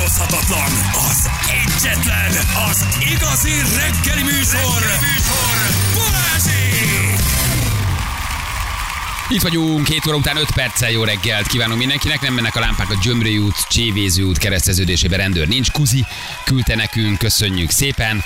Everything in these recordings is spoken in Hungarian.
utánozhatatlan, az egyetlen, az igazi reggeli műsor, Balázsék! Itt vagyunk, 7 óra után 5 perccel. Jó reggelt kívánunk mindenkinek. Nem mennek a lámpák a Gyömrői út, Csévéző út kereszteződésében, rendőr nincs. Kuzi küldte nekünk, köszönjük szépen.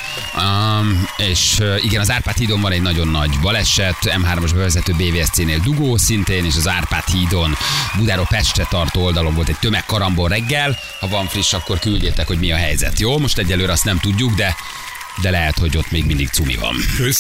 És igen, az Árpád hídon van egy nagyon nagy baleset, M3-as bevezető BVSC-nél dugó szintén, és az Árpád hídon Budáról Pestre tartó oldalon volt egy tömegkarambol reggel. Ha van friss, akkor küldjétek, hogy mi a helyzet. Jó, most egyelőre azt nem tudjuk, de lehet, hogy ott még mindig cumi van.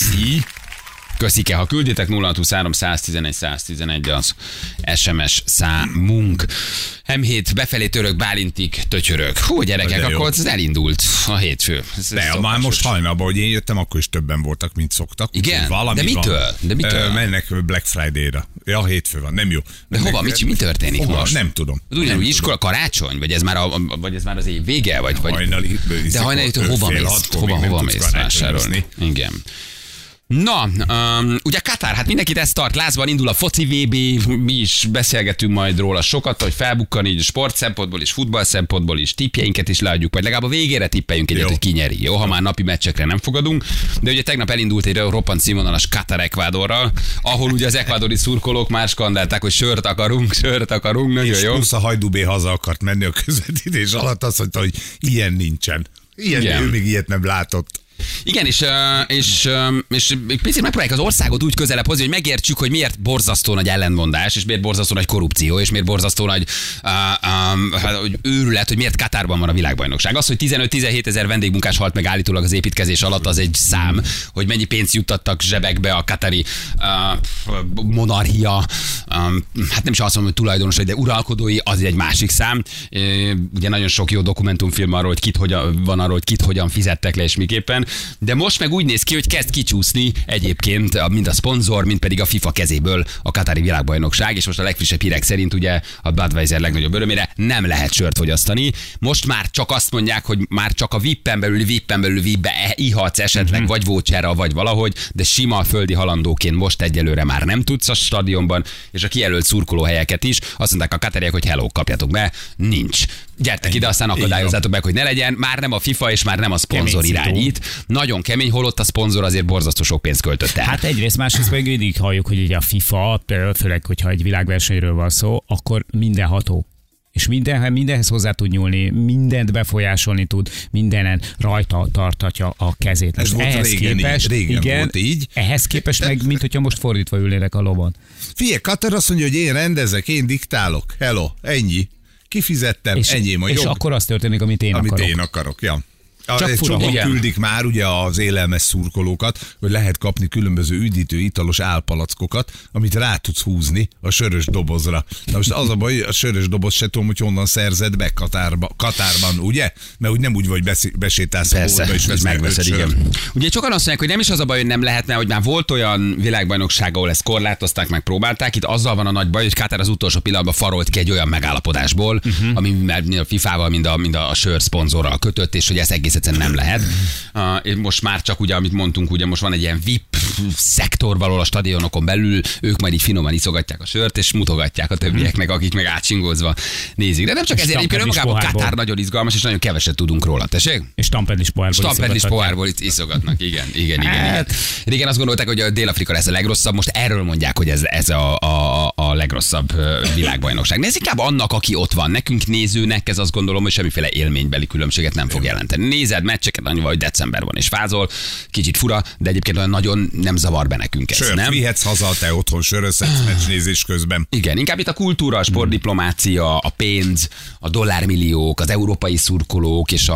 Köszike, ha küldjétek 0623 111 111 az SMS számunk. M7 befelé török, Bálintig tötyörök. Hú, gyerekek, akkor ez elindult a hétfő. De már most hajnalban, hogy én jöttem, akkor is többen voltak, mint szoktak. Igen? De mitől? Mennek Black Friday-ra. Ja, hétfő van, nem jó. De hova? Mi történik most? Nem tudom. Ugyanúgy iskola, karácsony? Vagy ez már az év vége? Vagy... De hajnalitől hova mész? Hova mész vásárolni? Igen. Na, ugye Katar, hát mindenkit ezt tart lázban, indul a foci VB, mi is beszélgetünk majd róla sokat, hogy felbukkan így sport szempontból és futball szempontból is, tippjeinket is leadjuk, vagy legalább a végére tippeljünk egyet, hogy ki nyeri, jó? Ha már napi meccsekre nem fogadunk, de ugye tegnap elindult egy roppant színvonalas Katar-Ekvádorral, ahol ugye az ekvádori szurkolók már skandálták, hogy sört akarunk, nagyon és jó. Plusz a Hajdú B haza akart menni a közvetítés alatt, azt mondta, hogy ilyen nincsen. Ő még ilyet nem látott. Igen, és picit megpróbálják az országot úgy közelebb hozni, hogy megértsük, hogy miért borzasztó nagy ellentmondás, és miért borzasztó nagy korrupció, és miért borzasztó nagy őrület, hogy miért Katárban van a világbajnokság. Az, hogy 15-17 ezer vendégmunkás halt meg állítólag az építkezés alatt, az egy szám, hogy mennyi pénzt juttattak zsebekbe a katari monarchia, hát nem is azt mondom, hogy tulajdonosai, de uralkodói, az egy másik szám. Ugye nagyon sok jó dokumentumfilm arról, hogy kit hogyan fizettek le, és miképpen. De most meg úgy néz ki, hogy kezd kicsúszni egyébként mind a szponzor, mind pedig a FIFA kezéből a katári világbajnokság, és most a legfrissebb hírek szerint ugye a Budweiser legnagyobb örömére nem lehet sört fogyasztani. Most már csak azt mondják, hogy már csak a VIP-en belül VIP-be ihatsz esetleg, vagy voucherra, vagy valahogy, de sima földi halandóként most egyelőre már nem tudsz a stadionban, és a kijelölt szurkolóhelyeket is. Azt mondták a katáriak, hogy hello, kapjatok be, nincs. Gyertek ide, aztán akadályozzátok meg, hogy ne legyen. Már nem a FIFA és már nem a szponzor irányít. Nagyon kemény, holott a szponzor azért borzasztó sok pénzt költött el. Hát egyrészt, másrészt meg mindig halljuk, hogy ugye a FIFA, főleg, hogyha egy világversenyről van szó, akkor mindenható. És mindenhez hozzá tud nyúlni, mindent befolyásolni tud, mindenen rajta tartatja a kezét. Ez volt ehhez régen volt így. Ehhez képest meg, mint hogyha most fordítva ülnének a lovon. Figyelj, Katar azt mondja, hogy én rendezek, én diktálok. Hello, ennyi. Kifizettem, ennyi majd és jog. akkor az történik, amit én akarok. Amit én akarok, ja. Csak küldik már ugye az élelmes szurkolókat, hogy lehet kapni különböző üdítő, italos álpalackokat, amit rá tudsz húzni a sörös dobozra. Na most az a baj, a sörös doboz se tudom, hogy honnan szerzed be Katárban, ugye? Mert úgy nem úgy vagy besétálsz a boltba és megveszed, igen. Ugye sokan azt mondják, hogy nem is az a baj, hogy nem lehetne, hogy már volt olyan világbajnokság, ahol ezt korlátozták, megpróbálták. Itt azzal van a nagy baj, hogy Katár az utolsó pillanatban farolt ki egy olyan megállapodásból, ami mind a FIFA-val, mind a sör szponzorral kötött, és hogy ez egész egyszerűen nem lehet. Most már csak ugye, amit mondtunk, ugye most van egy ilyen VIP szektor valahol a stadionokon belül, ők majd így finoman iszogatják a sört, és mutogatják a többieknek, akik meg átsingózva nézik. De nem csak ezért, egyébként önmagában Katár nagyon izgalmas, és nagyon keveset tudunk róla, tessék? És Stampedlis pohárból iszogatnak, igen. Régen azt gondolták, hogy a Dél-Afrika lesz a legrosszabb, most erről mondják, hogy ez a legrosszabb világbajnokság. De ez inkább annak, aki ott van. Nekünk nézőnek ez azt gondolom, hogy semmiféle élménybeli különbséget nem fog jelenteni. Nézed meccseket, annyi vagy december van és fázol, kicsit fura, de egyébként olyan nagyon nem zavar be nekünk ez, sört nem? Vihetsz haza, te otthon sörözhetsz meccsnézés közben. Igen, inkább itt a kultúra, a sportdiplomácia, a pénz, a dollármilliók, az európai szurkolók és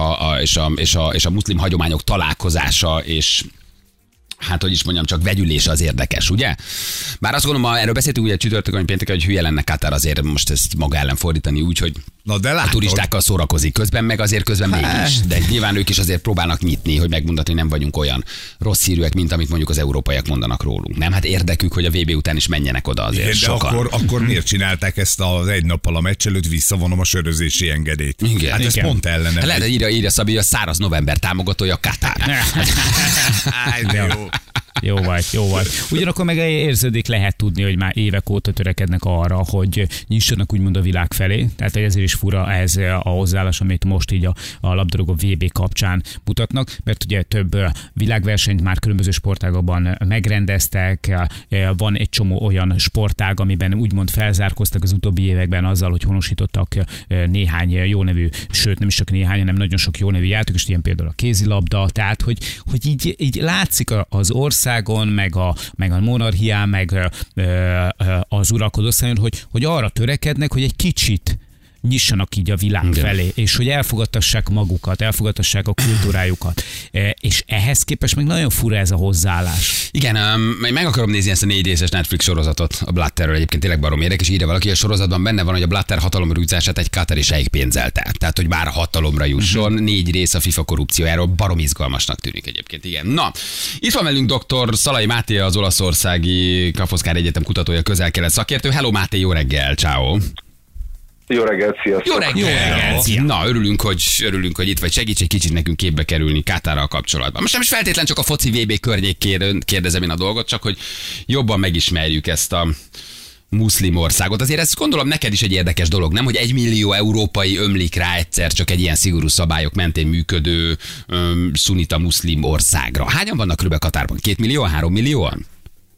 a muszlim hagyományok találkozása, és hát, hogy is mondjam, csak vegyülése az érdekes, ugye? Bár azt gondolom, erről beszéltünk ugye csütörtökön, hogy pénteken, hogy hülye lenne Katar azért most ezt maga ellen fordítani úgy, hogy a turistákkal szórakozik közben, meg azért közben mégis. De nyilván ők is azért próbálnak nyitni, hogy megmutatni, hogy nem vagyunk olyan rossz hírűek, mint amit mondjuk az európaiak mondanak rólunk. Nem, hát érdekük, hogy a VB után is menjenek oda azért. Igen, sokan. De akkor miért csinálták ezt az egy nappal a meccs előtt, visszavonom a sörözési engedélyt? Igen. Hát ez pont ellene. Lehet, hogy írja Szabi, hogy a száraz november támogatója Katár. De jó. Jó vagy. Ugyanakkor meg érződik, lehet tudni, hogy már évek óta törekednek arra, hogy nyissanak úgymond a világ felé. Tehát ezért is fura ez a hozzáállás, amit most így a labdarúgó VB kapcsán mutatnak, mert ugye több világversenyt már különböző sportágokban megrendeztek, van egy csomó olyan sportág, amiben úgymond felzárkoztak az utóbbi években azzal, hogy honosítottak néhány jó nevű, sőt nem is csak néhány, hanem nagyon sok jó nevű játékos, ilyen például a kézilabda, tehát hogy így látszik az országon, meg a monarchián, meg az uralkodó szálon, hogy arra törekednek, hogy egy kicsit nyissanak így a világ felé, és hogy elfogadtassák magukat, elfogadtassák a kultúrájukat. És ehhez képest meg nagyon fura ez a hozzáállás. Igen, meg akarom nézni ezt a 4 részes Netflix sorozatot a Blatterről, egyébként tényleg barom érdekes, és írja valaki, a sorozatban benne van, hogy a Blatter hatalomrújtását egy katari sejk pénzelte. Tehát, hogy bár hatalomra jusson, 4 rész a FIFA korrupciójáról, barom izgalmasnak tűnik egyébként, igen. Na, itt van velünk dr. Szalai Máté, az olaszországi Ca' Foscari Egyetem kutatója, közel-kelet szakértő. Hello Máté, jó reggel, ciao. Jó reggelt, sziasztok! Jó reggelt! Na, örülünk, hogy itt vagy. Segíts egy kicsit nekünk képbe kerülni Katárral kapcsolatban. Most nem is feltétlen csak a foci VB környékén kérdezem én a dolgot, csak hogy jobban megismerjük ezt a muszlim országot. Azért ez gondolom neked is egy érdekes dolog, nem? Hogy 1 millió európai ömlik rá egyszer csak egy ilyen szigorú szabályok mentén működő szunita muszlim országra. Hányan vannak kb. Katárban? 2 millióan? 3 millióan?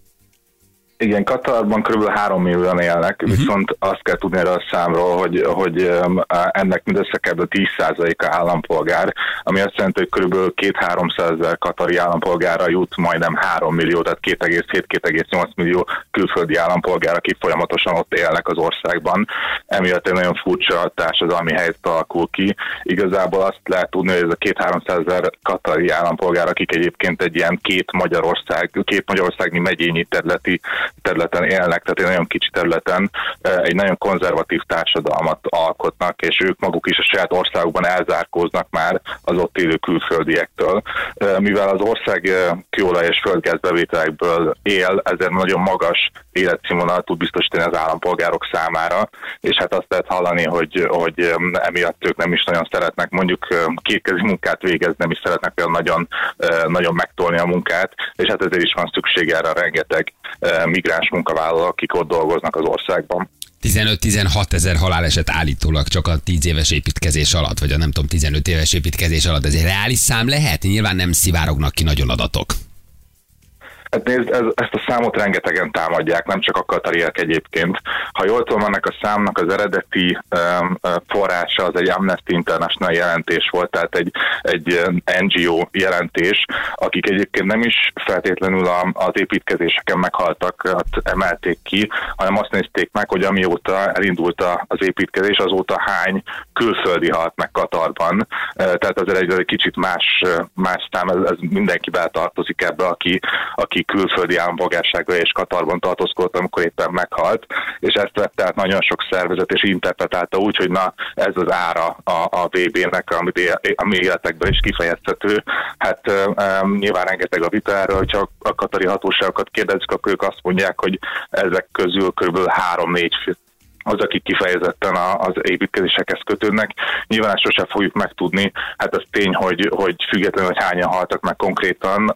Igen, Katarban kb. 3 millióan élnek, viszont azt kell tudni erről a számról, hogy ennek mindössze kb. 10%-a állampolgár, ami azt jelenti, hogy kb. 200-300 ezer katari állampolgárra jut majdnem 3 millió, tehát 2,7-2,8 millió külföldi állampolgár, akik folyamatosan ott élnek az országban. Emiatt egy nagyon furcsa társadalmi helyzet alakul ki. Igazából azt lehet tudni, hogy ez a 200-300 ezer katari állampolgár, akik egyébként egy ilyen két magyarországi megyényi területen élnek, tehát egy nagyon kicsi területen egy nagyon konzervatív társadalmat alkotnak, és ők maguk is a saját országukban elzárkóznak már az ott élő külföldiektől. Mivel az ország kőolaj és földgázbevételekből él, ezért nagyon magas életszínvonalat tud biztosítani az állampolgárok számára, és hát azt lehet hallani, hogy emiatt ők nem is nagyon szeretnek mondjuk kétkezi munkát végezni, nem is szeretnek olyan nagyon megtolni a munkát, és hát ezért is van szükség erre a rengeteg migráns munkavállaló, akik ott dolgoznak az országban. 15-16 ezer haláleset állítólag csak a 10 éves építkezés alatt, vagy a nem tudom, 15 éves építkezés alatt. Ez egy reális szám lehet? Nyilván nem szivárognak ki nagyon adatok. Hát nézd, ezt a számot rengetegen támadják, nem csak a katariek egyébként. Ha jól tudom, ennek a számnak az eredeti forrása az egy Amnesty International jelentés volt, tehát egy NGO jelentés, akik egyébként nem is feltétlenül az építkezéseken meghaltak, emelték ki, hanem azt nézték meg, hogy amióta elindult az építkezés, azóta hány külföldi halt meg Katarban. Tehát azért egy kicsit más szám, ez mindenkivel tartozik ebbe, aki külföldi állampolgársággal és Katarban tartózkodott, amikor éppen meghalt, és ezt vette át nagyon sok szervezet, és interpretálta úgy, hogy na, ez az ára a VB-nek, ami életekben is kifejezhető. Hát nyilván rengeteg a vita erről, hogyha a katari hatóságokat kérdezzük, akkor ők azt mondják, hogy ezek közül kb. 3-4 az, akik kifejezetten az építkezésekhez kötődnek. Nyilván ezt sosem fogjuk megtudni. Hát az tény, hogy függetlenül, hogy hányan haltak meg konkrétan,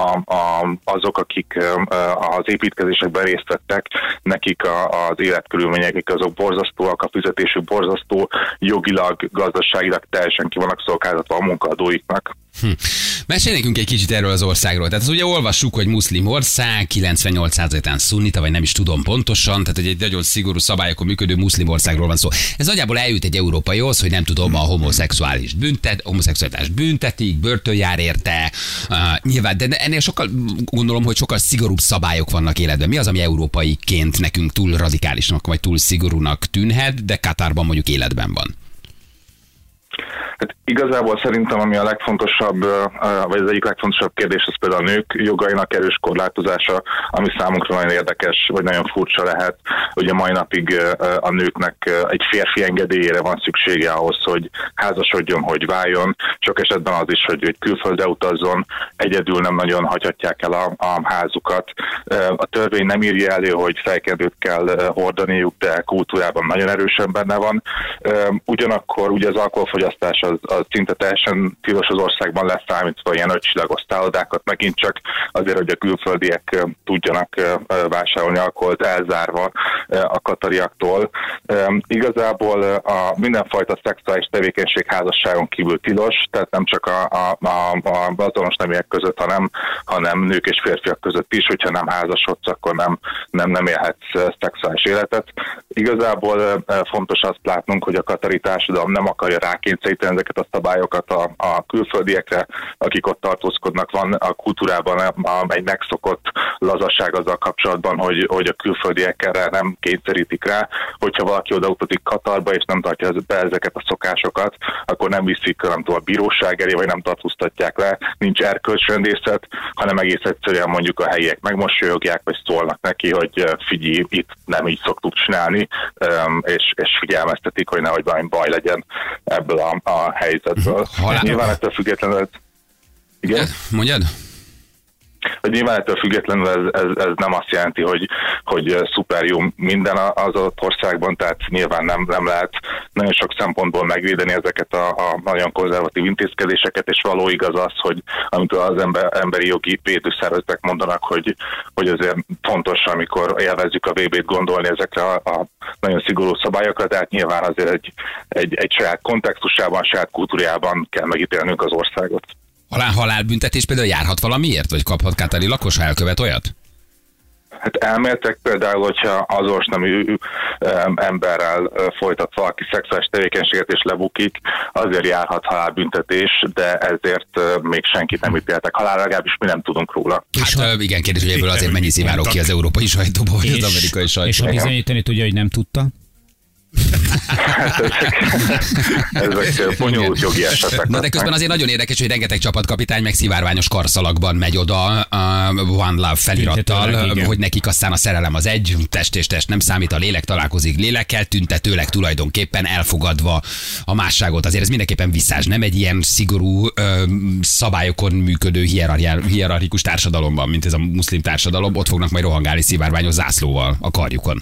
azok, akik az építkezésekben részt vettek, nekik az életkörülmények azok borzasztóak, a fizetésük borzasztó, jogilag, gazdaságilag teljesen ki vannak szolgáltatva a munkaadóiknak. Mesélj nekünk egy kicsit erről az országról. Tehát az ugye olvassuk, hogy muszlim ország, 98%-án szunnita, vagy nem is tudom pontosan, tehát egy nagyon szigorú szabályokon működő muszlim országról van szó. Ez nagyjából eljut egy európaihoz, hogy nem tudom, a homoszexuális büntetik, börtön jár érte. Nyilván, de ennél gondolom, hogy sokkal szigorúbb szabályok vannak életben. Mi az, ami európaiként nekünk túl radikálisnak, vagy túl szigorúnak tűnhet, de Katarban mondjuk életben van? Hát igazából szerintem ami a legfontosabb, vagy az egyik legfontosabb kérdés, az például a nők jogainak erős korlátozása, ami számunkra nagyon érdekes, vagy nagyon furcsa lehet. Ugye mai napig a nőknek egy férfi engedélyére van szüksége ahhoz, hogy házasodjon, hogy váljon. Sok esetben az is, hogy külföldre utazzon, egyedül nem nagyon hagyhatják el a házukat. A törvény nem írja elő, hogy fejkendőt kell hordaniuk, de kultúrában nagyon erősen benne van. Ugyanakkor ugye az alkoholfogyasztás az szinte teljesen tilos az országban leszámítva ilyen 5 csillagos szállodákat, megint csak azért, hogy a külföldiek tudjanak vásárolni alkoholt elzárva a katariaktól. Igazából a mindenfajta szexuális tevékenység házasságon kívül tilos, tehát nem csak a azonos neműek között, hanem nők és férfiak között is, hogyha nem házasodsz, akkor nem élhetsz szexuális életet. Igazából fontos azt látnunk, hogy a katari társadalom nem akarja rákényszeríteni ezeket a szabályokat a külföldiekre, akik ott tartózkodnak. Van a kultúrában egy megszokott lazaság azzal kapcsolatban, hogy a külföldiek erre nem kényszerítik rá. Hogyha valaki odautazik Katarba és nem tartja be ezeket a szokásokat, akkor nem viszik a bíróság elé, vagy nem tartóztatják le, nincs erkölcsrendészet, hanem egész egyszerűen mondjuk a helyiek megmosolyogják, vagy szólnak neki, hogy figyelj, itt nem így szoktuk csinálni, és figyelmeztetik, hogy nehogy valami baj legyen ebből a helyzetből. Nyilván ettől függetlenül... Igen? Mondjad? Hogy nyilván ettől függetlenül ez nem azt jelenti, hogy szuper jó minden az adott országban, tehát nyilván nem lehet nagyon sok szempontból megvédeni ezeket a nagyon konzervatív intézkedéseket, és való igaz az, hogy amit az emberi jogi védőszervezetek mondanak, hogy azért fontos, amikor élvezzük a VB-t, gondolni ezekre a nagyon szigorú szabályokra, tehát nyilván azért egy saját kontextusában, saját kultúrában kell megítélnünk az országot. Halálbüntetés például járhat valamiért? Vagy kaphat katari lakos, ha elkövet olyat? Hát elméletek például, hogyha azonos nemű emberrel folytat valaki szexuális tevékenységet és lebukik, azért járhat halálbüntetés, de ezért még senkit nem ítéltek halálra, legalábbis mi nem tudunk róla. Hát igen, kérdés, hogy ebből azért mennyi szivárok ki az európai sajtóból, vagy az amerikai sajtóból. És ha bizonyítani tudja, hogy nem tudta? Ezek bonyolult jogi esetek. Na de közben azért nagyon érdekes, hogy rengeteg csapatkapitány meg szivárványos karszalagban megy oda One Love felirattal, hogy nekik aztán a szerelem az egy, test és test nem számít, a lélek találkozik lélekkel, tüntetőleg tulajdonképpen elfogadva a másságot. Azért ez mindenképpen visszás, nem egy ilyen szigorú szabályokon működő hierarchikus társadalomban, mint ez a muszlim társadalom, ott fognak majd rohangálni szivárványos zászlóval a karjukon.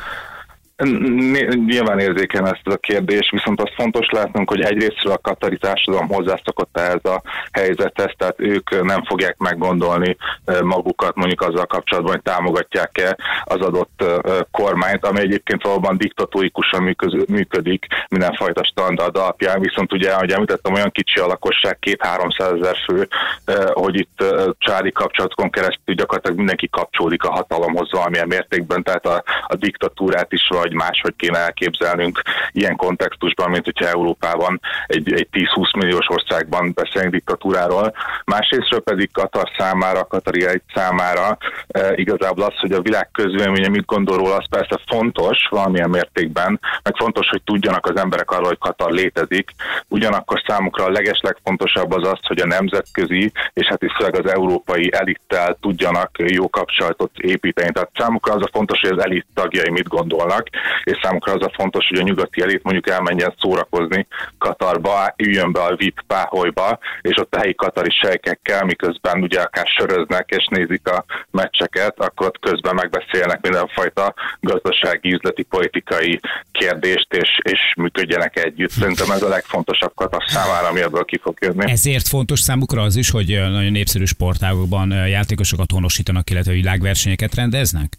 Nyilván érzékelem ezt a kérdést, viszont azt fontos látnunk, hogy egyrésztről a katari társadalom hozzászokott ehhez a helyzethez, tehát ők nem fogják meggondolni magukat mondjuk azzal kapcsolatban, hogy támogatják-e az adott kormányt, ami egyébként valóban diktatórikusan működik mindenfajta standard alapján, viszont ugye, ahogy említettem, olyan kicsi a lakosság, 200-300 ezer fő, hogy itt családi kapcsolatokon keresztül gyakorlatilag mindenki kapcsolódik a hatalomhoz valamilyen mértékben, tehát a diktatúrát is vagy máshogy kéne elképzelnünk ilyen kontextusban, mint hogyha Európában egy 10-20 milliós országban beszélünk diktatúráról. Másrésztről pedig Katar számára, katari elit számára igazából az, hogy a világ közvéleménye mit gondol róla, az persze fontos valamilyen mértékben, meg fontos, hogy tudjanak az emberek arról, hogy Katar létezik. Ugyanakkor számukra a legeslegfontosabb az, hogy a nemzetközi, és hát főleg az európai elittel tudjanak jó kapcsolatot építeni. Tehát számukra az a fontos, hogy az elit tagjai mit gondolnak, és számukra az a fontos, hogy a nyugati elit mondjuk elmenjen szórakozni Katarba, üljön be a VIP páholyba, és ott a helyi katari sejkekkel, miközben ugye akár söröznek és nézik a meccseket, akkor ott közben megbeszélnek mindenfajta gazdasági, üzleti, politikai kérdést, és működjenek együtt. Szerintem ez a legfontosabb Katar számára, ami ebből ki fog jönni. Ezért fontos számukra az is, hogy nagyon népszerű sportágokban játékosokat honosítanak, illetve világversenyeket rendeznek?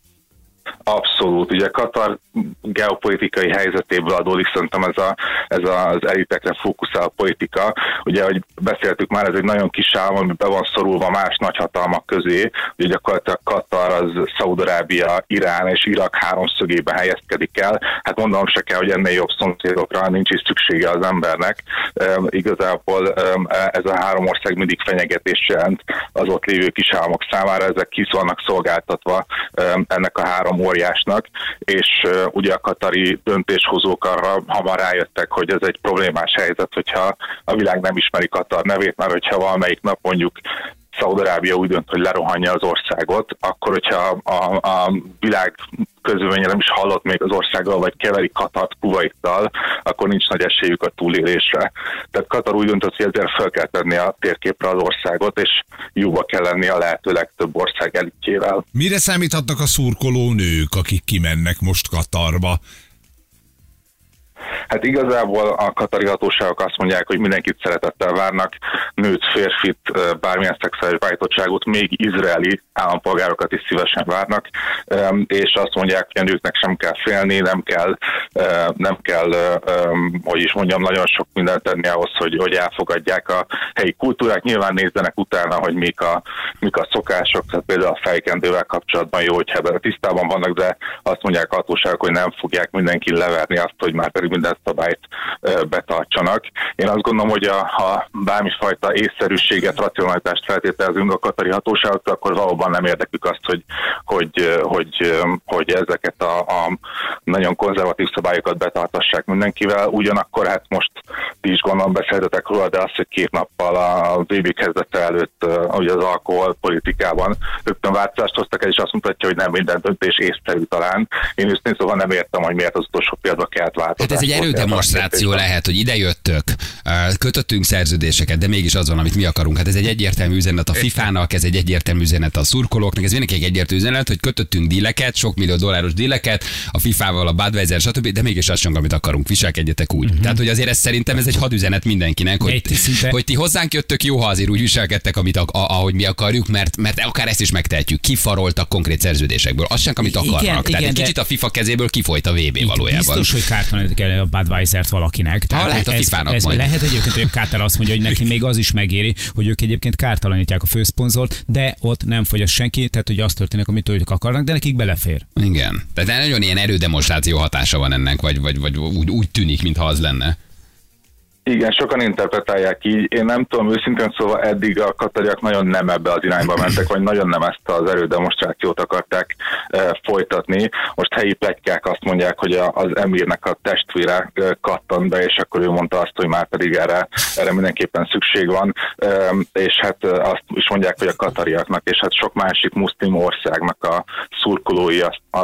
Abszolút. Ugye Katar geopolitikai helyzetéből adódik szerintem ez az elitekre fókuszál a politika. Ugye, ahogy beszéltük már, ez egy nagyon kis állam, ami be van szorulva más nagyhatalmak közé. Ugye gyakorlatilag Katar az Szaúd-Arábia, Irán és Irak háromszögében helyezkedik el. Hát mondanom se kell, hogy ennél jobb szomszédokra nincs is szüksége az embernek. Igazából ez a három ország mindig fenyegetés jelent az ott lévő kis államok számára. Ezek ki vannak szolgáltatva ennek a három óriásnak, és ugye a katari döntéshozók arra hamar rájöttek, hogy ez egy problémás helyzet, hogyha a világ nem ismeri Katar nevét, mert hogyha valamelyik nap mondjuk Szaúd-Arábia úgy dönt, hogy lerohanja az országot, akkor hogyha a világ közülménye nem is hallott még az országgal, vagy keveri Katart Kuwaittal, akkor nincs nagy esélyük a túlélésre. Tehát Katar úgy döntött, hogy ezért fel kell tenni a térképre az országot, és jóba kell lenni a lehető legtöbb ország elitjével. Mire számíthatnak a szurkoló nők, akik kimennek most Katarba? Hát igazából a katari hatóságok azt mondják, hogy mindenkit szeretettel várnak, nőt, férfit, bármilyen szexuális beállítottságot, még izraeli állampolgárokat is szívesen várnak, és azt mondják, hogy a nőknek sem kell félni, nem kell, hogy is mondjam, nagyon sok mindent tenni ahhoz, hogy elfogadják a helyi kultúrák. Nyilván nézzenek utána, hogy mik a szokások, tehát például a fejkendővel kapcsolatban jó, hogyha ebben tisztában vannak, de azt mondják a hatóságok, hogy nem fogják mindenki leverni azt, hogy már pedig minden szabályt betartsanak. Én azt gondolom, hogy ha bármifajta észszerűséget, racionalitást feltételezünk a katari hatóságoktól, akkor valóban nem érdekük azt, hogy ezeket a nagyon konzervatív szabályokat betartassák mindenkivel. Ugyanakkor hát most ti is gondolom beszéltetek róla, de az, hogy 2 nappal a VB kezdete előtt ugye az alkoholpolitikában rögtön változást hoztak el, és azt mutatja, hogy nem minden döntés észszerű talán. Én őszintén szóval nem értem, hogy miért az utolsó pillanatban kellett változni. Hát ez egy erődemonstráció lehet, hogy ide jöttök, kötöttünk szerződéseket, de mégis az van, amit mi akarunk. Hát ez egy egyértelmű üzenet a FIFA-nak, ez egy egyértelmű üzenet a szurkolóknak, ez mindenki egy egyértelmű üzenet, hogy kötöttünk díleket, sok millió dolláros díleket, a FIFA-val, a Budweiser, stb., de mégis azt sem, amit akarunk, viselkedjetek úgy. Tehát, hogy azért szerintem ez egy hadüzenet mindenkinek, hogy ti hozzánk jöttök, jó, ha azért úgy viselkedtek, ahogy mi akarjuk, mert akár ezt is megtehetjük. Kifaroltak konkrét szerződésekből. Azt sem, amit akarnak. Tehát egy kicsit a FIFA kezéből kifolyt a VB valójában. Biztos, hogy kártalanítani kell a Budweisert valakinek. Lehet a FIFA-nak majd. Lehet egyébként, hogy a Káter azt mondja, hogy neki még az is megéri, hogy ők egyébként kártalanítják a főszponzort, de ott nem fogyaszt senki, tehát hogy azt történik, amit ők akarnak, de nekik belefér. Igen. Tehát nagyon ilyen erődemonstráció hatása van ennek, vagy úgy tűnik, mintha az lenne. Igen, sokan interpretálják így. Én nem tudom, őszintén szóval eddig a katariak nagyon nem ebbe az irányba mentek, vagy nagyon nem ezt az erődemonstrációt akarták folytatni. Most helyi pletykák azt mondják, hogy az emírnek a testvére kattant be, és akkor ő mondta azt, hogy már pedig erre mindenképpen szükség van. És hát azt is mondják, hogy a katariaknak, és hát sok másik muszlim országnak a szurkolói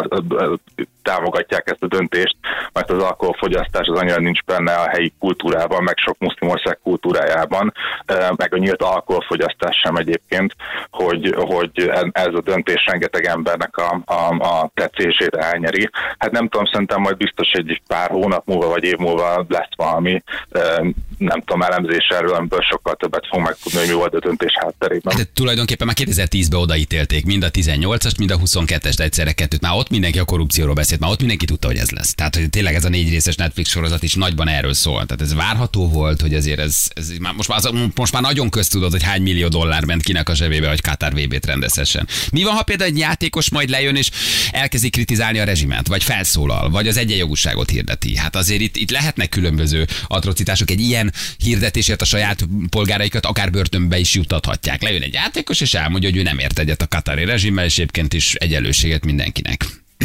támogatják ezt a döntést, mert az alkoholfogyasztás az annyira nincs benne a helyi kultúrában, meg sok muszlim ország kultúrájában, meg a nyílt alkoholfogyasztás sem egyébként, hogy ez a döntés rengeteg embernek a tetszését elnyeri. Hát nem tudom, szerintem majd biztos egy pár hónap múlva vagy év múlva lesz valami, nem tudom, elemzés erről, amiből sokkal többet fog megtudni, hogy mi volt a döntés hátterében. Hát tulajdonképpen már 2010-ben odaítélték mind a 18-ast, mind a 22-est, egyszerre kettőt. Már ott mindenki a korrupcióról beszélt, már ott mindenki tudta, hogy ez lesz. Tehát, hogy tényleg ez a 4 részes Netflix sorozat is nagyban erről szól. Tehát ez várható volt, hogy azért ez most már nagyon köztudott, hogy hány millió dollár ment kinek a zsebébe, hogy Katar VB-t rendezhessen. Mi van, ha például egy játékos majd lejön és elkezdi kritizálni a rezsimet, vagy felszólal, vagy az egyenjogúságot hirdeti? Hát azért itt lehetnek különböző atrocitások. Egy ilyen hirdetésért a saját polgáraikat akár börtönbe is juttathatják. Lejön egy játékos és elmondja, hogy ő nem ért egyet a katari rezsimmel, és egyébként is egyenlőséget mindenkinek.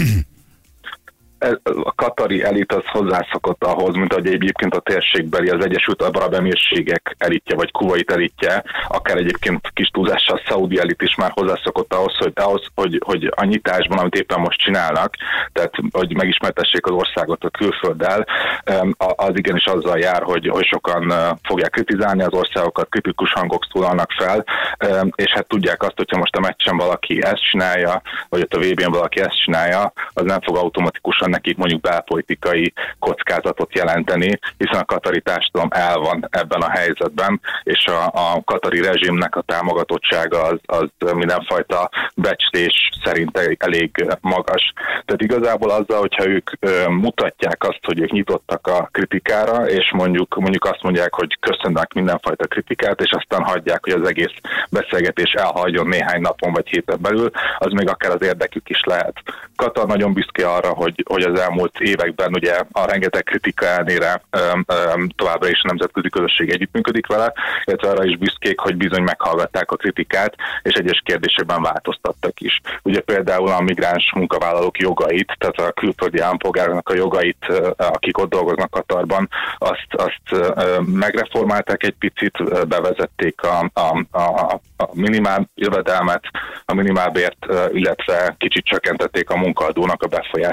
A katari elit az hozzászokott ahhoz, mint ahogy egyébként a térségbeli, az Egyesült Arab Emírségek elitje, vagy Kuvait elitje, akár egyébként kis túlzással a szaudi elit is már hozzászokott ahhoz, hogy a nyitásban, amit éppen most csinálnak, tehát hogy megismertessék az országot a külfölddel, az igenis azzal jár, hogy sokan fogják kritizálni az országokat, kritikus hangok szólalnak fel, és hát tudják azt, hogyha most a meccsen valaki ezt csinálja, vagy ott a VB-n valaki ezt csinálja, az nem fog automatikusan nekik mondjuk belpolitikai kockázatot jelenteni, hiszen a katari társadalom el van ebben a helyzetben, és a katari rezsimnek a támogatottsága az mindenfajta becslés szerint elég magas. Tehát igazából azzal, hogyha ők mutatják azt, hogy ők nyitottak a kritikára, és mondjuk azt mondják, hogy köszönnek mindenfajta kritikát, és aztán hagyják, hogy az egész beszélgetés elhagyjon néhány napon vagy héten belül, az még akár az érdekük is lehet. Katar nagyon büszke arra, hogy az elmúlt években ugye a rengeteg kritika ellenére továbbra is a nemzetközi közösség együttműködik vele, illetve arra is büszkék, hogy bizony meghallgatták a kritikát, és egyes kérdésekben változtattak is. Ugye például a migráns munkavállalók jogait, tehát a külföldi állampolgároknak a jogait, akik ott dolgoznak Katarban, azt megreformálták egy picit, bevezették a minimál jövedelmet, a minimálbért, illetve kicsit csökkentették a munkaadónak a befolyását, a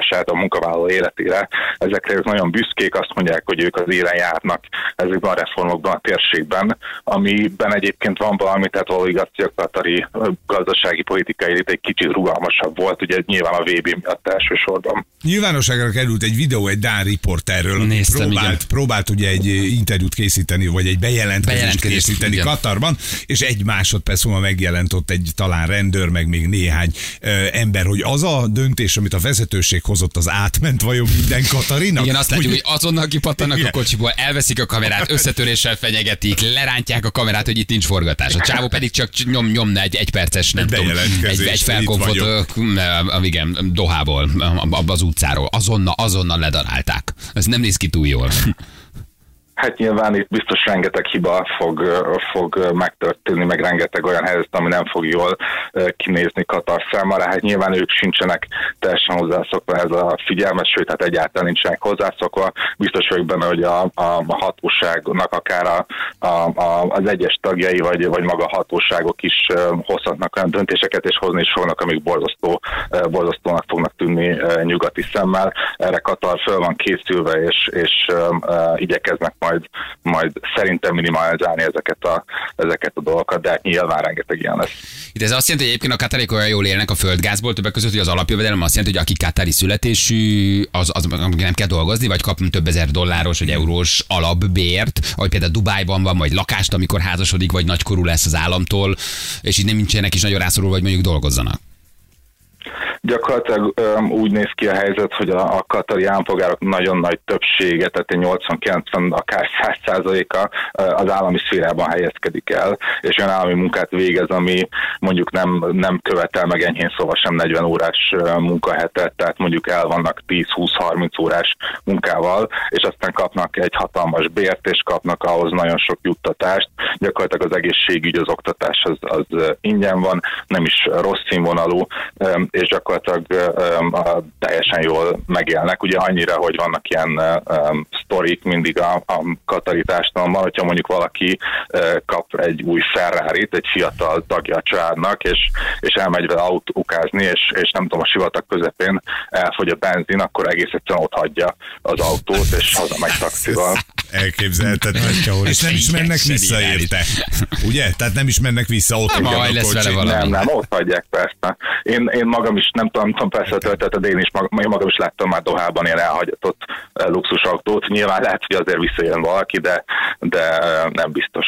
munkavállaló életére. Ezekre nagyon büszkék, azt mondják, hogy ők az élen járnak ezekben a reformokban, a térségben, amiben egyébként van valami, tehát való igaz, hogy a katari gazdasági politikai elit egy kicsit rugalmasabb volt, ugye nyilván a VB miatt elsősorban. Nyilvánosságra került egy videó egy dán riporterről, aki próbált ugye egy interjút készíteni, vagy egy bejelentkezést készíteni Katarban, és egy másodperc múlva megjelent ott egy talán rendőr, meg még néhány ember, hogy az a döntés, amit a vezetőség hozott, az átment vajon minden katarinak? Igen, azt látjuk, hogy azonnal kipattannak a kocsiból, elveszik a kamerát, összetöréssel fenyegetik, lerántják a kamerát, hogy itt nincs forgatás. A csávó pedig csak nyomna egy perces, nem tudom, egy felkonfot, igen, Dohából, az utcáról. Azonnal ledarálták. Ez nem néz ki túl jól. Hát nyilván itt biztos rengeteg hiba fog megtörténni, meg rengeteg olyan helyzet, ami nem fog jól kinézni Katar számára. Hát nyilván ők sincsenek teljesen hozzászokva ez a figyelmes, sőt, hát egyáltalán nincsenek hozzászokva. Biztos vagyok benne, hogy a hatóságnak akár az egyes tagjai, vagy maga a hatóságok is hozhatnak olyan döntéseket, és hozni is fognak, amik borzasztónak fognak tűnni nyugati szemmel. Erre Katar föl van készülve, és igyekeznek majd szerintem minimalizálni ezeket a dolgokat, de nyilván rengeteg ilyen lesz. Itt ez azt jelenti, hogy egyébként a katariek olyan jól élnek a földgázból, többek között, hogy az alapjövedelem azt jelenti, hogy aki katari születésű, az nem kell dolgozni, vagy kap több ezer dolláros vagy eurós alapbért, ahogy például Dubájban van, vagy lakást, amikor házasodik, vagy nagykorú lesz az államtól, és így nem nincsenek is nagyon rászorulva, hogy mondjuk dolgozzanak. Gyakorlatilag úgy néz ki a helyzet, hogy a katari állampolgárok nagyon nagy többsége, tehát 80-90, akár 100%-a az állami szférában helyezkedik el, és olyan állami munkát végez, ami mondjuk nem követel meg enyhén szóval sem 40 órás munkahetet, tehát mondjuk el vannak 10-20-30 órás munkával, és aztán kapnak egy hatalmas bért, és kapnak ahhoz nagyon sok juttatást. Gyakorlatilag az egészségügy, az oktatás az ingyen van, nem is rossz színvonalú, és gyakorlatilag teljesen jól megélnek. Ugye annyira, hogy vannak ilyen sztorik mindig a katari társadalomban, hogyha mondjuk valaki kap egy új Ferrarit, egy fiatal tagja a családnak, és elmegy vele autókázni, és nem tudom, a sivatag közepén elfogy a benzin, akkor egész egyszerűen ott hagyja az autót, és hazamegy taxival. Elképzelheted, és nem is mennek vissza érte. Ugye? Tehát nem is mennek vissza, ott hagyja a kocsit. Nem, ott hagyják persze. Én magam is nem tudom persze tölteted, én magam is láttam már Dohában ilyen elhagyatott luxusautót. Nyilván lehet, hogy azért visszajön valaki, de nem biztos.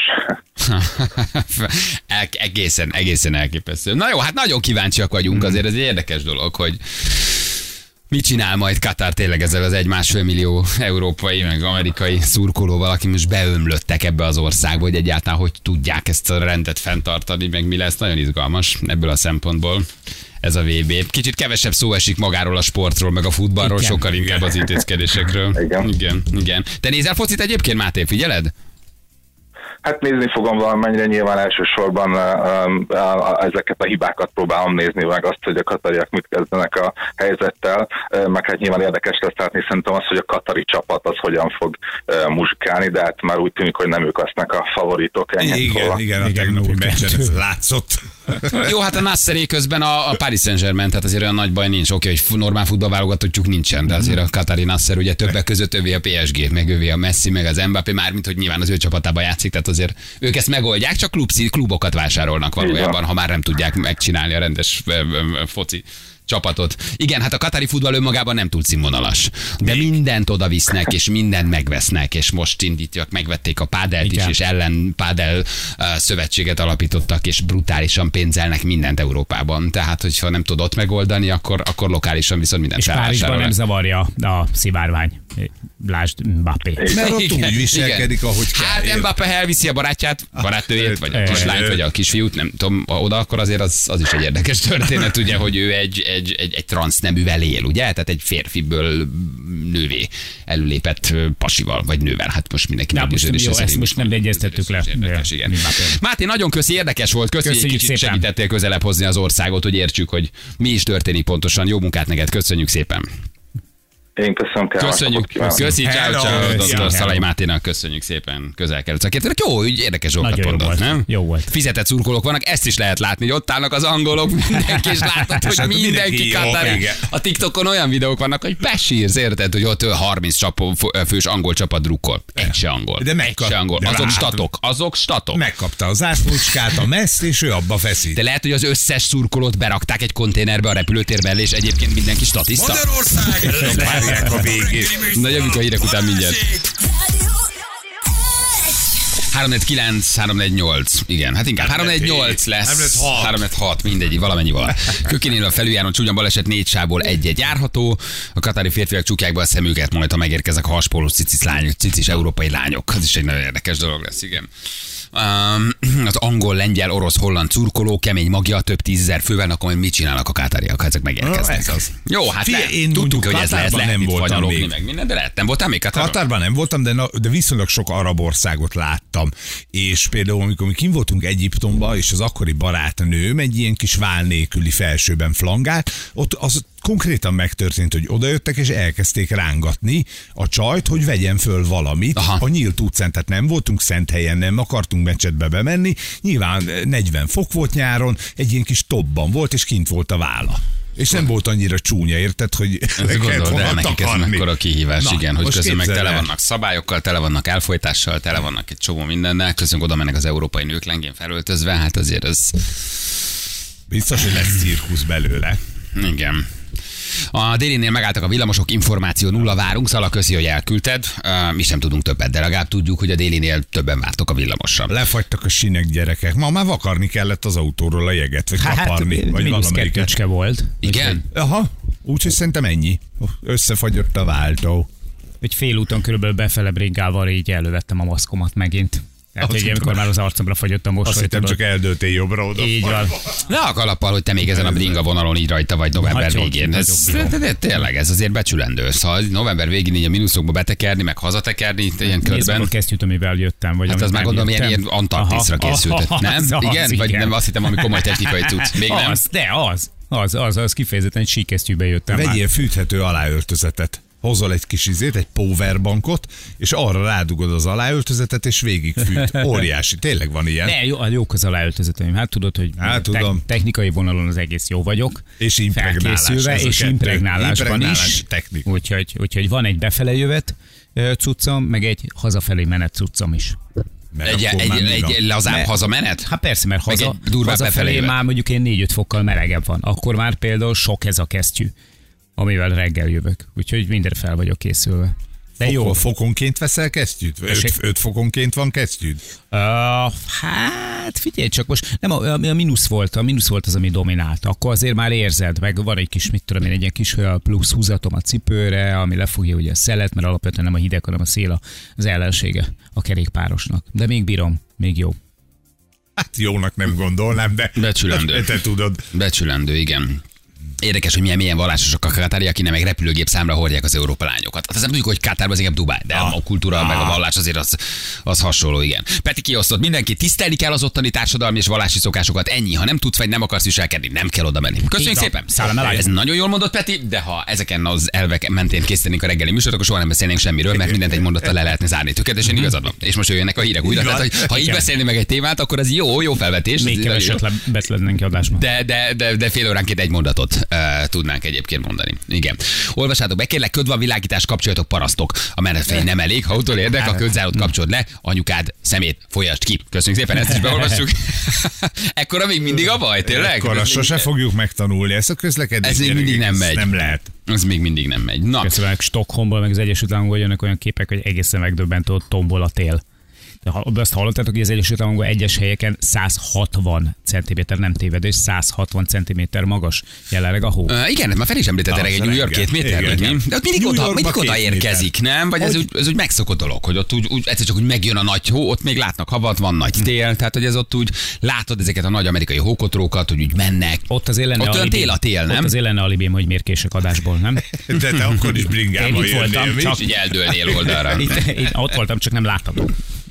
egészen elképesztő. Na jó, hát nagyon kíváncsiak vagyunk, azért ez egy érdekes dolog, hogy mit csinál majd Katar tényleg ezzel az 1,5 millió európai, meg amerikai szurkolóval, aki most beömlöttek ebbe az országba, hogy egyáltalán hogy tudják ezt a rendet fenntartani, meg mi lesz. Nagyon izgalmas ebből a szempontból ez a VB. Kicsit kevesebb szó esik magáról a sportról, meg a futballról, igen, sokkal inkább az intézkedésekről. Igen. Te nézel focit egyébként, Máté, figyeled? Hát nézni fogom valamennyire, nyilván elsősorban ezeket a hibákat próbálom nézni, meg azt, hogy a katariak mit kezdenek a helyzettel, meg hát nyilván érdekes lesz látni szerintem az, hogy a katari csapat az hogyan fog muzsikálni, de hát már úgy tűnik, hogy nem ők lesznek a favoritok. Igen, a tegnapi meccsen ez látszott. Jó, hát a Nasseré közben a Paris Saint-Germain, tehát azért olyan nagy baj nincs. Oké, hogy normál futballválogatottjuk nincsen, de azért a katari Nasser ugye többek között övé a PSG, meg övé a Messi, meg az Mbappé, mármint hogy nyilván az ő csapatában játszik, tehát azért ők ezt megoldják, csak klubokat vásárolnak valójában, ha már nem tudják megcsinálni a rendes foci csapatot. Igen, hát a katari futball önmagában nem túl színvonalas, de mindent oda visznek, és mindent megvesznek, és most indítják, megvették a pádelt is, és ellen pádel szövetséget alapítottak, és brutálisan pénzelnek mindent Európában. Tehát, hogyha nem tudod ott megoldani, akkor lokálisan viszont mindent felvásárolnak. És Párizsban nem zavarja a szivárvány. Lásd Mbappé. Mert ott úgy viselkedik, ahogy kell. Hát Mbappé elviszi a barátnőjét, vagy a kislányt, vagy a kisfiút, nem tudom, oda, akkor azért az is egy érdekes történet, ugye, hogy ő egy transzneművel él, ugye? Tehát egy férfiből nővé előlépett pasival, vagy nővel. Hát most mindenki meggyőződése szerint. Ezt most nem egyeztettük le. Máté, nagyon érdekes volt. Köszönjük, hogy kicsit segítettél közelebb hozni az országot, hogy értsük, hogy mi is történik pontosan. Jó munkát neked, köszönjük szépen. Én köszönöm, Köszönjük, köszönjük, ciao, ciao, Hello. dr. Szalai Máténak, köszönjük szépen, közel került szakértőnek. Jó, úgy érdekes dolgokat Nagyon jó mondott, volt. nem? Jó volt. Fizetett szurkolók vannak, ezt is lehet látni, hogy ott állnak az angolok, mindenki, és látod, hogy mindenki mindenki jó, Katar. igen. A TikTokon olyan videók vannak, hogy besírsz, érted, hogy ott 30 fős angol csapat drukkol. Egy se angol. De Egy se angol. de Azok statok. Megkapta az zászlócskát, a meszt, és ő abba feszít. De lehet, hogy az összes szurkolót berakták egy konténerbe a repülőtér mellé, és egyébként mindenki statiszta. Magyarország Várják a végét. Na, jövünk a hírek után mindjárt. 349, 348. Igen, hát inkább 348 lesz. 346, mindegy, valamennyi vala. Kökinél a felüljáron csúnya baleset 4 sávból egy járható. A katári férfiak csukják be a szemüket, majd ha megérkeznek a haspólós cicis európai lányok. Ez is egy nagyon érdekes dolog lesz, igen. Az angol, lengyel, orosz, holland szurkoló, kemény magja, több 10 000 fővel, akkor majd mit csinálnak a katáriak, ha ezek megérkeznek? Ez az. Jó, hát Én tudtuk, hogy ez Katárban lehet nem itt voltam fanyalogni, még. meg minden, de lehet, nem voltál még Katárban? Katárban nem voltam, de viszonylag sok arab országot láttam. És például, amikor mi kint voltunk Egyiptomba, és az akkori barátnőm egy ilyen kis vál nélküli felsőben flangált, ott az konkrétan megtörtént, hogy odajöttek, és elkezdték rángatni a csajt, hogy vegyen föl valamit. Aha. A nyílt utcán, tehát nem voltunk szent helyen, nem akartunk mecsetbe bemenni. Nyilván 40 fok volt nyáron, egy ilyen kis topban volt, és kint volt a válla. És nem volt annyira csúnya, érted, hogy Ez gondolod, de nekik ez mekkora kihívás, Na, igen, hogy most közben meg képzeld tele el. vannak szabályokkal, tele vannak elfolytással, tele vannak egy csomó mindennel, közben oda mennek az európai nők lengén felöltözve, hát azért ez... Biztos, hogy lesz cirkusz belőle. Igen. A Délinél megálltak a villamosok, információ nulla, várunk, Szala, köszi, hogy elküldted. Mi sem tudunk többet, de legalább tudjuk, hogy a Délinél többen vártok a villamosra. Lefagytak a sinek, gyerekek. Ma már vakarni kellett az autóról a jeget, vagy kaparni, vagy mínusz valamelyiket. kettőcske volt. Igen? Aha, úgyhogy szerintem ennyi. Összefagyott a váltó. Hogy félúton körülbelül befele bringával így elővettem a maszkomat megint. Tehát, Azt hogy hittem, amikor már az arcomra fagyott a Azt mosoly. hittem, tudod. csak eldőltél jobbra oda. Így van. Ne a kalappal, hogy te még ezen a bringa vonalon így rajta vagy november Nagyon, végén. Ez, nagyon de tényleg, ez azért becsülendő. Szóval november végén így a mínuszokba betekerni, meg hazatekerni, itt ilyen Nézd meg körben. a kesztyűt, amivel jöttem. Vagy Hát az amit már nem gondolom, ilyen jöttem. Antarktiszra Aha, készült. Nem? az, Igen? Vagy igen. nem, azt hittem, ami komoly technikai cucc. Még nem? Az, de az kifejezetten síkesztyűbe jöttem már. Vegyél fűthető aláöltözetet. Hozol egy kis egy powerbankot, és arra rádugod az aláöltözetet, és végigfűt. Óriási, tényleg van ilyen. Ne, jók az aláöltözeteim. Hát tudod, hogy Hát tudom. technikai vonalon az egész jó vagyok. És impregnálás. Felkészülve, ez a és kettő. impregnálásban Impregnálás is. technika. Úgyhogy van egy befele jövet cuccom, meg egy hazafelé menet cuccom is. Mert akkor már mi van? Egy lazább Ne. hazamenet? Hát persze, mert Meg egy durvább befelé hazafelé jövet. már mondjuk én 4-5 fokkal melegebb van. Akkor már például sok ez a kesztyű, amivel reggel jövök. Úgyhogy mindenre fel vagyok készülve. De jó. Fokonként veszel kesztyűt? Tessék? 5 fokonként van kesztyűd? Hát figyelj csak most, nem a mínusz volt az, ami dominált. Akkor azért már érzed, meg van egy kis, mit tudom én, egy ilyen kis plusz húzatom a cipőre, ami lefogja ugye a szelet, mert alapvetően nem a hideg, hanem a szél az ellensége a kerékpárosnak. De még bírom, még jó. Hát jónak nem gondolnám, de Becsülendő. te tudod. Becsülendő, igen. Érdekes, hogy milyen vallásosak a katáriak, aki nem meg repülőgép számra hordják az Európa lányokat. Hát azt nem tudjuk, hogy Katárban az inkább Dubáj, de a kultúra meg a vallás azért az hasonló, igen. Peti kiosztott, mindenki tisztelni kell az ottani társadalmi és vallási szokásokat, ennyi. Ha nem tudsz vagy nem akarsz viselkedni, nem kell oda menni. Köszönjük Így van. szépen. Szállam el. Ez nagyon jól mondott, Peti, de ha ezeken az elvek mentén készítenénk a reggeli műsort, akkor soha nem beszélnénk semmiről, mert mindent egy mondattal le lehetne zárni. Tökéletesen igazad van. És most jöjjenek a hírek újra. Tehát, hogy ha így Igen. beszélni meg egy témát, akkor az jó felvetés. Még Ez keveset beszélnénk ki adásban. de fél óránként egy mondatot tudnánk egyébként mondani. Igen. Olvassátok be, kérlek, köd van, világítás, kapcsoljatok, parasztok. A menetfény nem elég, ha utol érdek, a ködzárót kapcsolod le, anyukád szemét folyasd ki. Köszönjük szépen, ezt is beolvassuk. Ekkora még mindig a baj, tényleg? Ekkora sose fogjuk megtanulni ezt a közlekedést. Ez még gyerekek, mindig nem ez megy. Nem lehet. Ez még mindig nem megy. Na, Köszönöm, Stockholmból, meg az Egyesült Államokból jönnek olyan képek, hogy egészen megdöbbentő, hogy tombol a tél. De azt hallottátok, hogy az Egyesült Államokban egyes helyeken 160 cm, nem tévedés, 160 cm magas jelenleg a hó. igen, hát már fel is említette Az reggel, New York reggel. 2 méter, Igen. vagy mi? De ott mindig New Yorkba mindig 2 odaérkezik, nem? Vagy ez úgy megszokott dolog, hogy ott úgy egyszer csak úgy megjön a nagy hó, ott még látnak havat, van nagy tél, tehát hogy ez ott úgy látod ezeket a nagy amerikai hókotrókat, hogy úgy mennek. Ott azért lenne Ott olyan alibim. tél a tél, nem? Ott azért lenne alibim, hogy miért kések adásból, nem? De te akkor is Én bringával itt voltam, jönnél, mi? csak- És így eldőlnél oldalra. Itt ott voltam, csak nem láthatok.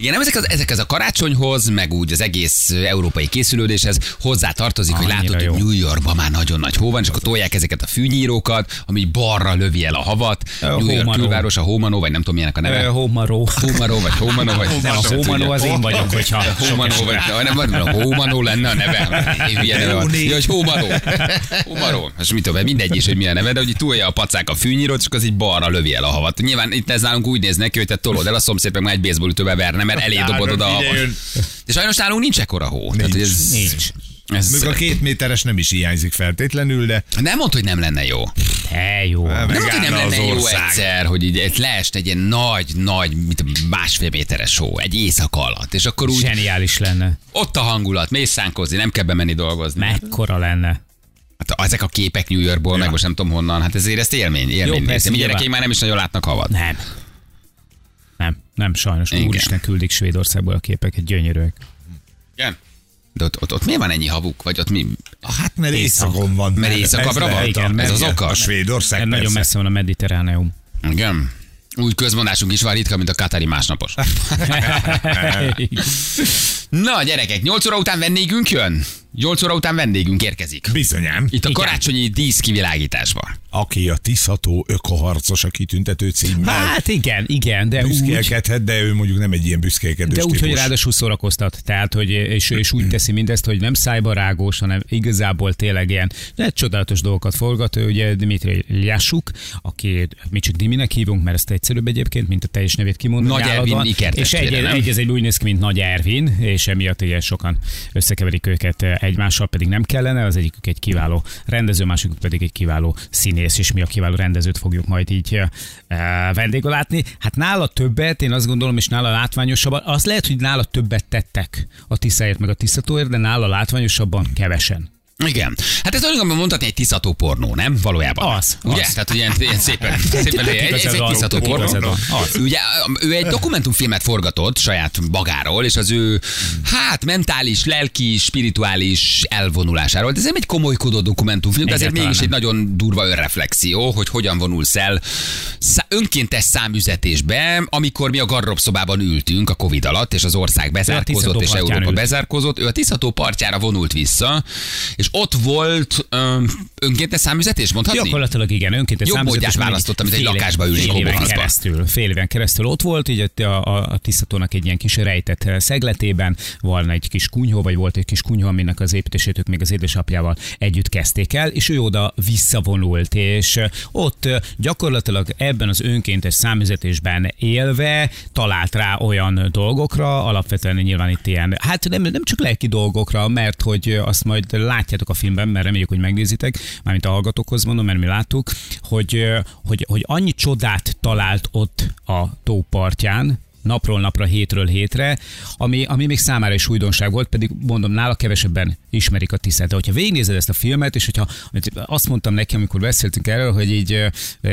Igen, nem ezek a karácsonyhoz, meg úgy az egész európai készülődéshez hozzá tartozik, hogy Annyira látod, jó. hogy New Yorkban már nagyon nagy hó van, és akkor tolják ezeket a fűnyírókat, ami balra lövi el a havat. New York Hómanó. külváros, a Hómanó, vagy nem tudom milyenek a neve. Hómaró. Hómaró, vagy Hómanó, vagy Nem, a Hómanó az én vagyok, hogyha... Hómanó, vagy nem, a Hómanó lenne a neve. Hülye neve van. Ja, hogy Hómaró. Hómaró. És mit tudom, mindegy is, hogy mi a neve, de hogy tolja a pacák a fűnyírót, és akkor az így balra lövi el a havat. Nyilván itt ez nálunk úgy néz neki, hogy te tolod el, a szomszéd meg már egy baseballütővel verne, mert elé dobod oda a havat. De sajnos nálunk nincs ekkora hó. Tehát, hogy ez, Nincs. ez, Még a 2 méteres nem is hiányzik feltétlenül, de nem mondd, hogy nem lenne jó. Te jó. Nem mondd, hogy nem megállna az lenne jó ország. egyszer, hogy így leesne egy ilyen nagy, másfél méteres hó, egy éjszaka alatt, és akkor úgy Zseniális lenne. ott a hangulat, mész szánkozni, nem kell bemenni dolgozni. Mekkora lenne. Hát ezek a képek New Yorkból, meg most nem tudom honnan, hát ezért ezt élmény Jó, nézni. persze, Mi nyilván. gyerekeim már nem is nagyon látnak havat. Nem, sajnos. Igen. Úristen küldik Svédországból a képeket, gyönyörűek. Igen. De ott miért van ennyi havuk? Vagy ott mi? hát mert éjszakon van. Mert éjszakabbra van? Igen, Ez az oka? A Svédország Nagyon persze. messze van a Mediterráneum. Igen. Úgy közmondásunk is van ritka, mint a katari másnapos. Na gyerekek, 8 óra után vendégünk jön? 8 óra után vendégünk érkezik. Bizonyám. Itt a karácsonyi díszkivilágításban. Aki a Tiszható ökoharcos a kitüntető címmel. Hát igen, de úgy, Büszkélkedhet, de ő mondjuk nem egy ilyen büszkélkedős de úgy, hogy típus. ráadásul szórakoztat. Tehát, hogy, és úgy teszi mindezt, hogy nem szájbarágos, hanem igazából tényleg ilyen csodálatos dolgokat forgat. Ő ugye Dmitri Ljásuk, aki mi csak Diminek hívunk, mert ezt egyszerűbb egyébként, mint a teljes nevét kimondani. Nagy Ervin állandóan. És ikertestvére, nem? egy úgy néz ki, mint Nagy Ervin, és emiatt ugye sokan összekeverik őket egymással, pedig nem kellene. Az egyikük egy kiváló rendező, másikuk pedig egy kiváló színész, és mi a kiváló rendezőt fogjuk majd így vendégül látni. Hát nála többet, én azt gondolom, és nála látványosabban, az lehet, hogy nála többet tettek a Tiszáért meg a Tiszatóért, de nála látványosabban kevesen. Igen. Hát ez olyan, mondhatni egy tisztató pornó, nem? Valójában. Az. Ugye? Tehát, hogy ilyen szépen ez egy tisztató pornó. Igazad van. Az. Ugye ő egy dokumentumfilmet forgatott saját magáról, és az ő mentális, lelki, spirituális elvonulásáról. De ez nem egy komolykodó dokumentumfilm, de azért Egyáltalán mégis egy nem. nagyon durva önreflexió, hogy hogyan vonulsz el önkéntes számüzetésbe, amikor mi a garderobszobában ültünk a Covid alatt, és az ország bezárkózott, és Tiszató partján Európa ült. bezárkózott. Ő a Tiszató partjára vonult vissza, és ott volt önkéntes számüzetés, mondhatni? Gyakorlatilag igen, önkéntes Jobb számüzetés módját mindig választottam, mint egy lakásba ülni fél éven Kóborhaszba. keresztül ott volt, így a Tiszatónak egy ilyen kis rejtett szegletében van egy kis kunyhó, vagy volt egy kis kunyhó, aminek az építését ők még az édesapjával együtt kezdték el, és ő oda visszavonult, és ott gyakorlatilag ebben az önkéntes számüzetésben élve talált rá olyan dolgokra, alapvetően nyilván itt ilyen, hát nem csak lelki dolgokra, mert hogy azt majd látjátok a filmben, mert reméljük, hogy megnézitek, mármint a hallgatókhoz mondom, mert mi láttuk, hogy annyi csodát talált ott a tó partján, napról napra, hétről hétre, ami még számára is újdonság volt, pedig mondom, nála kevesebben ismerik a Tiszát. De hogyha végignézed ezt a filmet, és hogyha azt mondtam neki, amikor beszéltünk erről, hogy így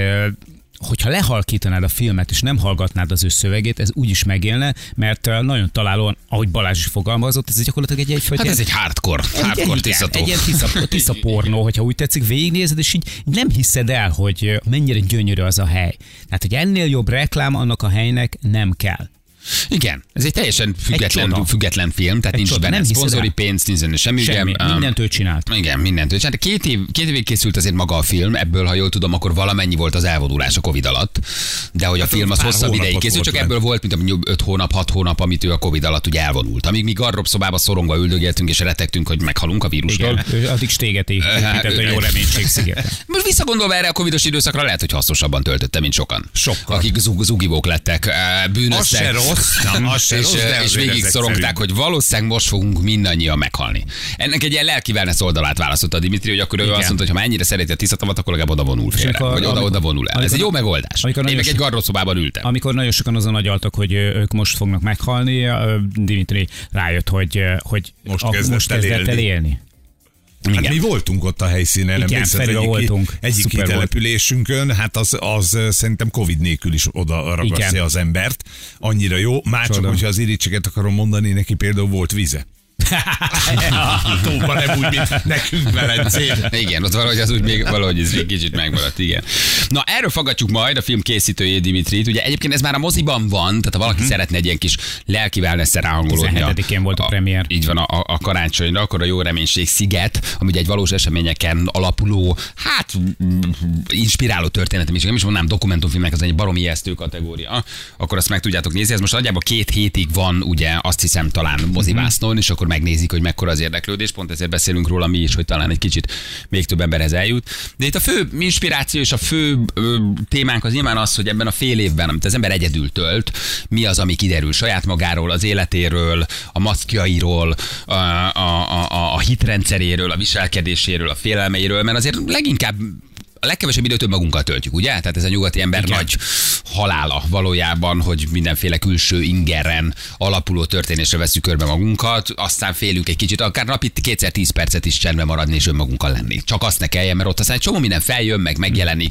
hogyha lehalkítanád a filmet, és nem hallgatnád az ő szövegét, ez úgy is megélne, mert nagyon találóan, ahogy Balázs is fogalmazott, ez gyakorlatilag egy Hát ez egy hardcore tisztató. egy ilyen tisza pornó, hogyha úgy tetszik, végignézed, és így nem hiszed el, hogy mennyire gyönyörű az a hely. Tehát, hogy ennél jobb reklám annak a helynek nem kell. Igen, ez egy teljesen csoda. független film, tehát nincs csoda, benne nem hiszed szponzori el. pénz, nincs benne semmi. Semmi, ugye, mindent ő csinált. Igen, mindent ő csinált. Két évig készült azért maga a film, ebből, ha jól tudom, akkor valamennyi volt az elvonulás a Covid alatt, de hogy a film az pár hosszabb ideig hónapot készült, volt csak ebből volt, mint 5 hónap, 6 hónap, amit ő a Covid alatt ugye elvonult. Amíg mi garderobszobába szorongva üldögéltünk és retegtünk, hogy meghalunk a vírustól. Igen, ő addig stégeti, épített a jó reménység szigeten. Most visszagondolva erre a covidos időszakra lehet, hogy hasznosabban töltötte, mint sokan. Sokkal. Akik zugivók lettek, bűnöztek. Az se rossz, az se rossz, de és azért végig ez szorongták, egyszerűbb. hogy valószínűleg most fogunk mindannyian meghalni. Ennek egy ilyen lelki wellness oldalát választotta Dimitri, hogy akkor ő Igen. azt mondta, hogy ha már ennyire szereti a Tiszatavat, akkor legalább oda vonul félre. amikor- Vagy oda vonul el. Ez amikor- egy jó megoldás. amikor Én nagyon meg egy so- garderobszobában ültem. Amikor nagyon sokan azon agyaltak, hogy ők most fognak meghalni, Dimitri rájött, hogy Most kezdett el kezdett el élni. Hát Igen. mi voltunk ott a helyszínen, Igen, emlékszel, Ferivel voltunk. egyik Szuper volt. kitelepülésünkön, hát az szerintem Covid nélkül is oda ragasztja Igen. az embert. Annyira jó. Már csak, Csoda. hogyha az irigységet akarom mondani, neki például volt vize. A tóban nem úgy, mint nekünk Velencén. Igen, ott valahogy az úgy még valahogy ez még kicsit megmaradt, igen. Na, erről fogadjuk majd a film készítőjét, Dimitrit. Ugye egyébként ez már a moziban van, tehát ha valaki szeretne egy ilyen kis lelki wellnesszel ráhangolódni. 17-én volt a premier. Így van, a karácsonyra, akkor a Jó Reménység Sziget, ami ugye egy valós eseményeken alapuló, hát inspiráló történetem is, nem is mondnám dokumentumfilmnek, az egy baromi ijesztő kategória. Akkor azt meg tudjátok nézni. Ez most nagyjából 2 hétig van, ugye azt hiszem talán mozivásznon, és akkor megnézik, hogy mekkora az érdeklődés. Pont ezért beszélünk róla mi is, hogy talán egy kicsit még több emberhez eljut. De itt a fő inspiráció és a fő témánk az nyilván az, hogy ebben a fél évben, amit az ember egyedül tölt, mi az, ami kiderül saját magáról, az életéről, a maszkjairól, a hitrendszeréről, a viselkedéséről, a félelmeiről, mert azért leginkább a legkevesebb időt önmagunkkal töltjük, ugye? Tehát ez a nyugati ember nagy halála valójában, hogy mindenféle külső ingeren alapuló történésre veszük körbe magunkat, aztán félünk egy kicsit, akár napi 2-10 percet is csendben maradni és önmagunkkal lenni. Csak azt ne kelljen, mert ott aztán egy csomó minden feljön, meg megjelenik,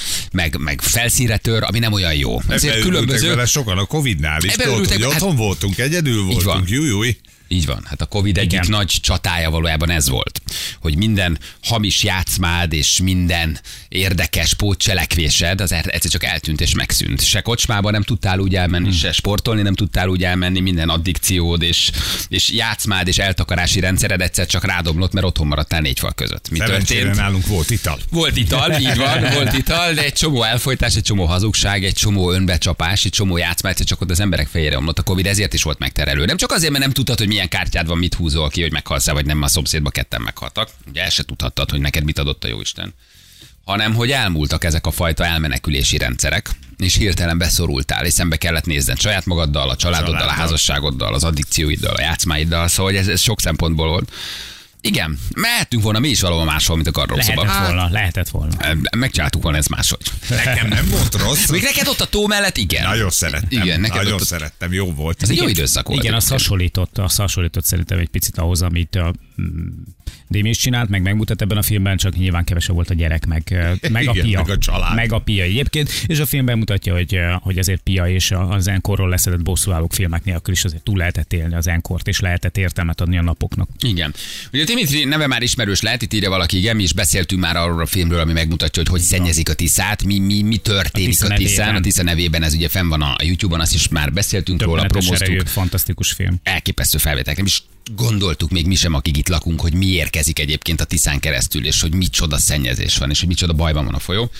meg felszínre tör, ami nem olyan jó. Ezért különböző. Vele sokan a Covid-nál is, hogy otthon voltunk, egyedül voltunk, júj. Így van, hát a Covid egyik nagy csatája valójában ez volt, hogy minden hamis játszmád és minden érdekes pótcselekvésed az egyszer csak eltűnt és megszűnt. Se kocsmába nem tudtál úgy elmenni, se sportolni nem tudtál úgy elmenni, minden addikciód és játszmád és eltakarási rendszered egyszer csak rádomlott, mert otthon maradtál 4 fal között. Mi történt? Nálunk volt ital. Volt ital, így van, volt ital, de egy csomó elfojtás, egy csomó hazugság, egy csomó önbecsapás, egy csomó játszma, egyszer csak ott az emberek fejére omlott. A Covid ezért is volt megterelő. Nem csak azért, mert nem tudtad, hogy milyen kártyád van, mit húzol ki, hogy meghalsz-e, vagy nem, a szomszédba ketten meghaltak. Ugye el se tudhattad, hogy neked mit adott a jóisten. Hanem, hogy elmúltak ezek a fajta elmenekülési rendszerek, és hirtelen beszorultál, és szembe kellett nézned saját magaddal, a családoddal, a házasságoddal, az addikcióiddal, a játszmáiddal, szóval ez sok szempontból volt. Igen, mehetünk volna mi is valahol máshol, mint a garrószoba. Lehetett volna. Megcsináltuk volna ezt máshogy. Nekem nem volt rossz. Még neked ott a tó mellett, igen. Nagyon szerettem. Igen, nagyon szerettem, jó volt. Ez egy jó időszak volt. Igen, az hasonlított szerintem egy picit ahhoz, amit a Démi is csinált, meg megmutat ebben a filmben, csak nyilván kevesebb volt a gyerek, meg a Pia. Meg a család. Meg a Pia egyébként, és a filmben mutatja, hogy azért Pia és az Enkorról leszedett bosszúállók filmek nélkül is azért túl lehetett élni az Enkort, és lehetett értelmet adni a napoknak. Igen. Ugye Dimitri neve már ismerős lehet, itt írja valaki, igen, mi is beszéltünk már arról a filmről, ami megmutatja, hogy szennyezik a Tiszát, mi történik a Tiszán. A Tisza nevében ez ugye fenn van a YouTube-on, azt is már beszéltünk róla, promóztuk. Fantasztikus film. Elképesztő felvételek. Nem is gondoltuk még mi sem, akik itt lakunk, hogy mi érkezik egyébként a Tiszán keresztül, és hogy micsoda szennyezés van, és hogy micsoda bajban van a folyó.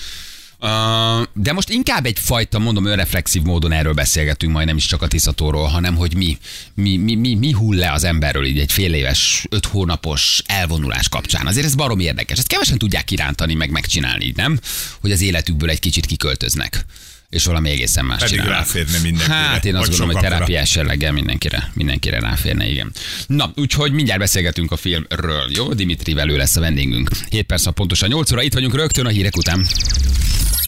De most inkább egyfajta, mondom, önreflexív módon erről beszélgetünk, majd nem is csak a Tiszatóról, hanem hogy mi hull le az emberről így egy fél éves, 5 hónapos elvonulás kapcsán. Azért ez baromi érdekes. Ezt kevesen tudják kirántani, meg megcsinálni, így nem? Hogy az életükből egy kicsit kiköltöznek. És valami egészen más pedig csinálnak. Ráférne mindenkire. Hát én azt gondolom, hogy terápiás jelleggel mindenkire ráférne, igen. Na, úgyhogy mindjárt beszélgetünk a filmről. Jó, Dimitrivel, ő lesz a vendégünk. 7 perc pontosan 8 óra, itt vagyunk rögtön a hírek után.